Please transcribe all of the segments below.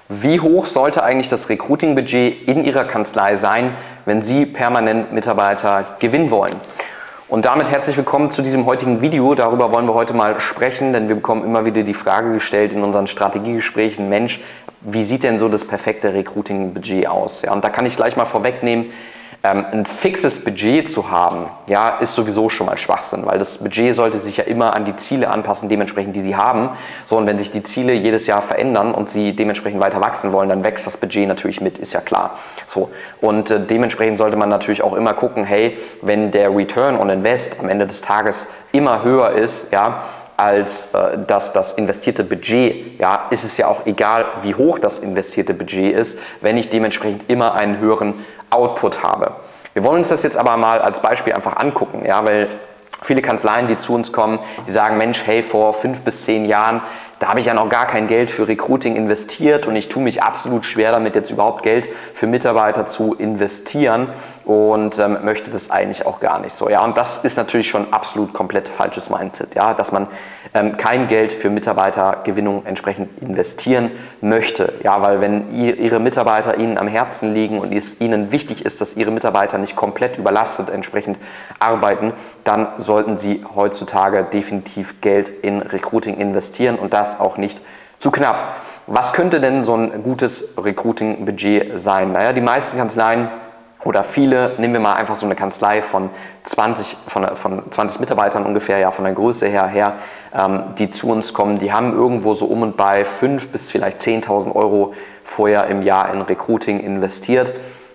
Wie hoch sollte eigentlich das Recruiting-Budget in Ihrer Kanzlei sein, wenn Sie permanent Mitarbeiter gewinnen wollen? Und damit herzlich willkommen zu diesem heutigen Video. Darüber wollen wir heute mal sprechen, denn wir bekommen immer wieder die Frage gestellt in unseren Strategiegesprächen, Mensch, wie sieht denn so das perfekte Recruiting-Budget aus? Ja, und da kann ich gleich mal vorwegnehmen, ein fixes Budget zu haben, ja, ist sowieso schon mal Schwachsinn, weil das Budget sollte sich ja immer an die Ziele anpassen, dementsprechend, die Sie haben. So, und wenn sich die Ziele jedes Jahr verändern und Sie dementsprechend weiter wachsen wollen, dann wächst das Budget natürlich mit, ist ja klar. So, und dementsprechend sollte man natürlich auch immer gucken, hey, wenn der Return on Invest am Ende des Tages immer höher ist, ja, als das investierte Budget, ja, ist es ja auch egal, wie hoch das investierte Budget ist, wenn ich dementsprechend immer einen höheren Output habe. Wir wollen uns das jetzt aber mal als Beispiel einfach angucken, ja, weil viele Kanzleien, die zu uns kommen, die sagen, Mensch, hey, vor 5 bis 10 Jahren, da habe ich ja noch gar kein Geld für Recruiting investiert und ich tue mich absolut schwer damit, jetzt überhaupt Geld für Mitarbeiter zu investieren und möchte das eigentlich auch gar nicht so. Ja, und das ist natürlich schon absolut komplett falsches Mindset, ja, dass man kein Geld für Mitarbeitergewinnung entsprechend investieren möchte. Ja, weil wenn Ihre Mitarbeiter Ihnen am Herzen liegen und es Ihnen wichtig ist, dass Ihre Mitarbeiter nicht komplett überlastet entsprechend arbeiten, dann sollten Sie heutzutage definitiv Geld in Recruiting investieren und das auch nicht zu knapp. Was könnte denn so ein gutes Recruiting-Budget sein? Naja, die meisten Kanzleien oder viele, nehmen wir mal einfach so eine Kanzlei von 20 Mitarbeitern ungefähr, ja, von der Größe her, die zu uns kommen, die haben irgendwo so um und bei 5.000 bis vielleicht 10.000 Euro vorher im Jahr in Recruiting investiert,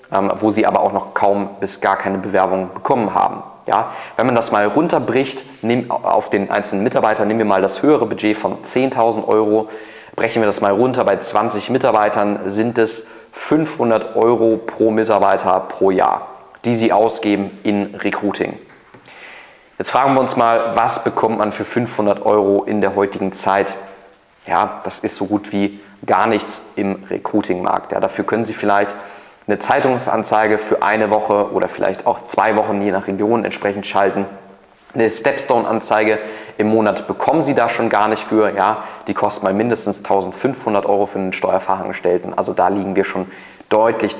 wo sie aber auch noch kaum bis gar keine Bewerbung bekommen haben. Ja, wenn man das mal runterbricht, auf den einzelnen Mitarbeiter, nehmen wir mal das höhere Budget von 10.000 Euro, brechen wir das mal runter, bei 20 Mitarbeitern sind es 500 Euro pro Mitarbeiter pro Jahr, die Sie ausgeben in Recruiting. Jetzt fragen wir uns mal, was bekommt man für 500 Euro in der heutigen Zeit? Ja, das ist so gut wie gar nichts im Recruiting-Markt. Ja, dafür können Sie vielleicht eine Zeitungsanzeige für eine Woche oder vielleicht auch 2 Wochen, je nach Region, entsprechend schalten. Eine Stepstone-Anzeige im Monat bekommen Sie da schon gar nicht für. Ja, die kostet mal mindestens 1.500 Euro für einen Steuerfachangestellten. Also da liegen wir schon deutlich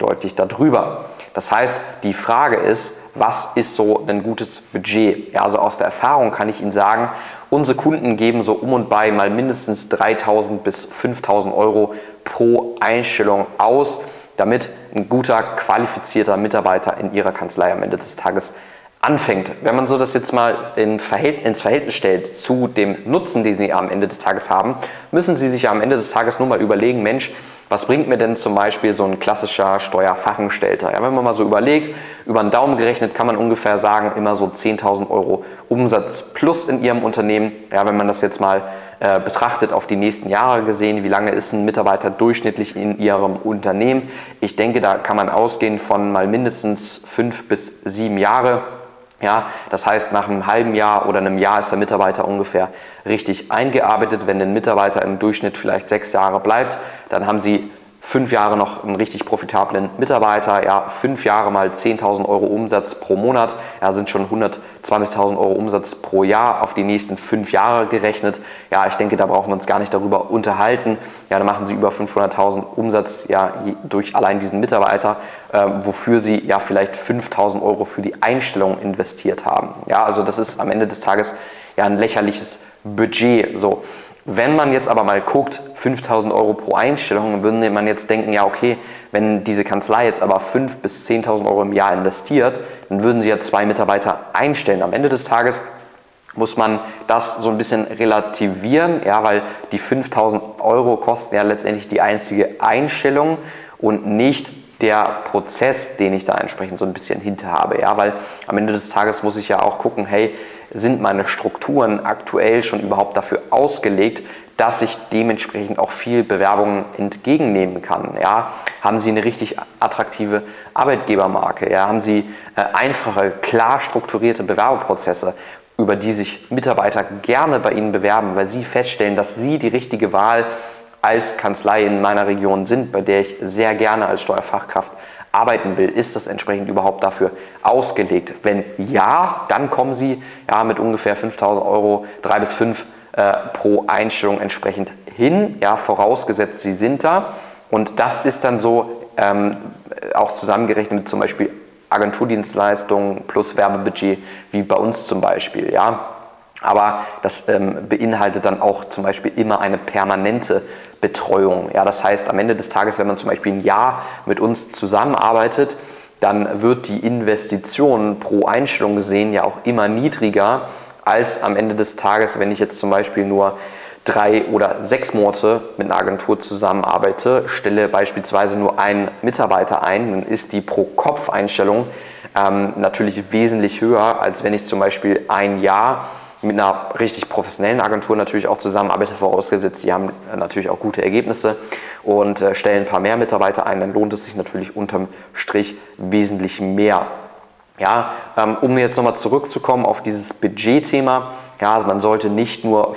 darüber. Das heißt, die Frage ist, was ist so ein gutes Budget? Ja, also aus der Erfahrung kann ich Ihnen sagen, unsere Kunden geben so um und bei mal mindestens 3.000 bis 5.000 Euro pro Einstellung aus, damit ein guter, qualifizierter Mitarbeiter in Ihrer Kanzlei am Ende des Tages anfängt. Wenn man so das jetzt mal ins Verhältnis stellt zu dem Nutzen, den Sie am Ende des Tages haben, müssen Sie sich ja am Ende des Tages nur mal überlegen, Mensch, was bringt mir denn zum Beispiel so ein klassischer Steuerfachangestellter? Ja, wenn man mal so überlegt, über den Daumen gerechnet kann man ungefähr sagen, immer so 10.000 Euro Umsatz plus in Ihrem Unternehmen. Ja, wenn man das jetzt mal betrachtet auf die nächsten Jahre gesehen, wie lange ist ein Mitarbeiter durchschnittlich in Ihrem Unternehmen? Ich denke, da kann man ausgehen von mal mindestens 5 bis 7 Jahre. Ja, das heißt, nach einem halben Jahr oder einem Jahr ist der Mitarbeiter ungefähr richtig eingearbeitet. Wenn ein Mitarbeiter im Durchschnitt vielleicht 6 Jahre bleibt, dann haben Sie 5 Jahre noch einen richtig profitablen Mitarbeiter. Ja, 5 Jahre mal 10.000 Euro Umsatz pro Monat, ja, sind schon 120.000 Euro Umsatz pro Jahr auf die nächsten 5 Jahre gerechnet. Ja, ich denke, da brauchen wir uns gar nicht darüber unterhalten. Ja, da machen Sie über 500.000 Umsatz, ja, durch allein diesen Mitarbeiter, wofür Sie ja vielleicht 5.000 Euro für die Einstellung investiert haben. Ja, also das ist am Ende des Tages ja ein lächerliches Budget. So. Wenn man jetzt aber mal guckt, 5.000 Euro pro Einstellung, dann würde man jetzt denken, ja okay, wenn diese Kanzlei jetzt aber 5.000 bis 10.000 Euro im Jahr investiert, dann würden sie ja 2 Mitarbeiter einstellen. Am Ende des Tages muss man das so ein bisschen relativieren, ja, weil die 5.000 Euro kosten ja letztendlich die einzige Einstellung und nicht der Prozess, den ich da entsprechend so ein bisschen hinter habe. Ja, weil am Ende des Tages muss ich ja auch gucken, hey, sind meine Strukturen aktuell schon überhaupt dafür ausgelegt, dass ich dementsprechend auch viel Bewerbungen entgegennehmen kann. Ja? Haben Sie eine richtig attraktive Arbeitgebermarke? Ja? Haben Sie einfache, klar strukturierte Bewerberprozesse, über die sich Mitarbeiter gerne bei Ihnen bewerben, weil Sie feststellen, dass Sie die richtige Wahl als Kanzlei in meiner Region sind, bei der ich sehr gerne als Steuerfachkraft arbeiten will, ist das entsprechend überhaupt dafür ausgelegt? Wenn ja, dann kommen Sie ja mit ungefähr 5.000 Euro, 3 bis 5 pro Einstellung entsprechend hin, ja, vorausgesetzt sie sind da. Und das ist dann so auch zusammengerechnet mit zum Beispiel Agenturdienstleistungen plus Werbebudget, wie bei uns zum Beispiel, ja. Aber das beinhaltet dann auch zum Beispiel immer eine permanente Betreuung. Ja, das heißt, am Ende des Tages, wenn man zum Beispiel ein Jahr mit uns zusammenarbeitet, dann wird die Investition pro Einstellung gesehen ja auch immer niedriger als am Ende des Tages, wenn ich jetzt zum Beispiel nur 3 oder 6 Monate mit einer Agentur zusammenarbeite, stelle beispielsweise nur einen Mitarbeiter ein, dann ist die Pro-Kopf-Einstellung natürlich wesentlich höher, als wenn ich zum Beispiel ein Jahr mit einer richtig professionellen Agentur natürlich auch zusammenarbeite, vorausgesetzt, die haben natürlich auch gute Ergebnisse und stellen ein paar mehr Mitarbeiter ein, dann lohnt es sich natürlich unterm Strich wesentlich mehr. Ja, um jetzt nochmal zurückzukommen auf dieses Budgetthema, ja, also man sollte nicht nur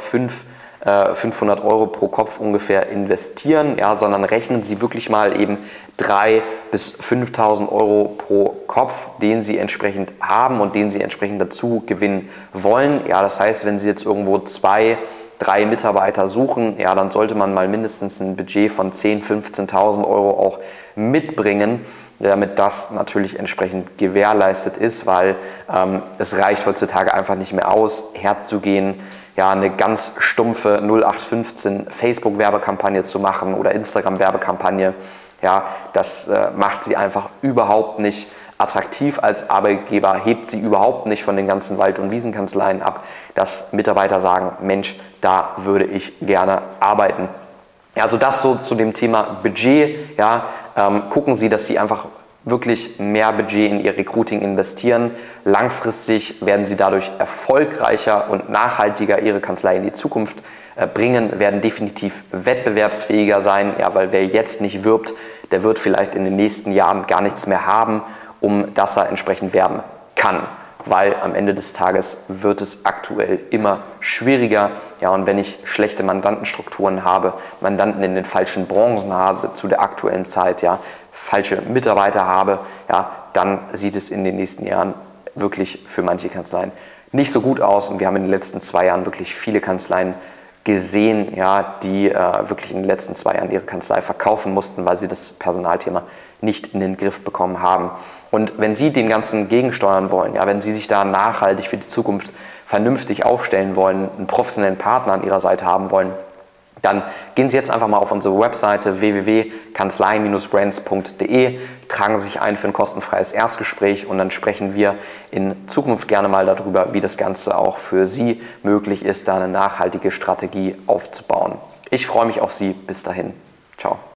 500 Euro pro Kopf ungefähr investieren, ja, sondern rechnen Sie wirklich mal eben 3.000 bis 5.000 Euro pro Kopf, den Sie entsprechend haben und den Sie entsprechend dazu gewinnen wollen. Ja, das heißt, wenn Sie jetzt irgendwo 2, 3 Mitarbeiter suchen, ja, dann sollte man mal mindestens ein Budget von 10.000, 15.000 Euro auch mitbringen, damit das natürlich entsprechend gewährleistet ist, weil es reicht heutzutage einfach nicht mehr aus, herzugehen, ja, eine ganz stumpfe 0815 Facebook-Werbekampagne zu machen oder Instagram-Werbekampagne. Ja, das macht sie einfach überhaupt nicht attraktiv als Arbeitgeber, hebt sie überhaupt nicht von den ganzen Wald- und Wiesenkanzleien ab, dass Mitarbeiter sagen, Mensch, da würde ich gerne arbeiten. Ja, also das so zu dem Thema Budget. Ja, gucken Sie, dass Sie einfach wirklich mehr Budget in Ihr Recruiting investieren. Langfristig werden Sie dadurch erfolgreicher und nachhaltiger Ihre Kanzlei in die Zukunft bringen, werden definitiv wettbewerbsfähiger sein, ja, weil wer jetzt nicht wirbt, der wird vielleicht in den nächsten Jahren gar nichts mehr haben, um das er entsprechend werben kann. Weil am Ende des Tages wird es aktuell immer schwieriger. Ja, und wenn ich schlechte Mandantenstrukturen habe, Mandanten in den falschen Branchen habe zu der aktuellen Zeit, ja, falsche Mitarbeiter habe, ja, dann sieht es in den nächsten Jahren wirklich für manche Kanzleien nicht so gut aus. Und wir haben in den letzten 2 Jahren wirklich viele Kanzleien gesehen, ja, die wirklich in den letzten 2 Jahren ihre Kanzlei verkaufen mussten, weil sie das Personalthema nicht in den Griff bekommen haben. Und wenn Sie dem Ganzen gegensteuern wollen, ja, wenn Sie sich da nachhaltig für die Zukunft vernünftig aufstellen wollen, einen professionellen Partner an Ihrer Seite haben wollen, dann gehen Sie jetzt einfach mal auf unsere Webseite www.kanzlei-brands.de, tragen sich ein für ein kostenfreies Erstgespräch und dann sprechen wir in Zukunft gerne mal darüber, wie das Ganze auch für Sie möglich ist, da eine nachhaltige Strategie aufzubauen. Ich freue mich auf Sie. Bis dahin. Ciao.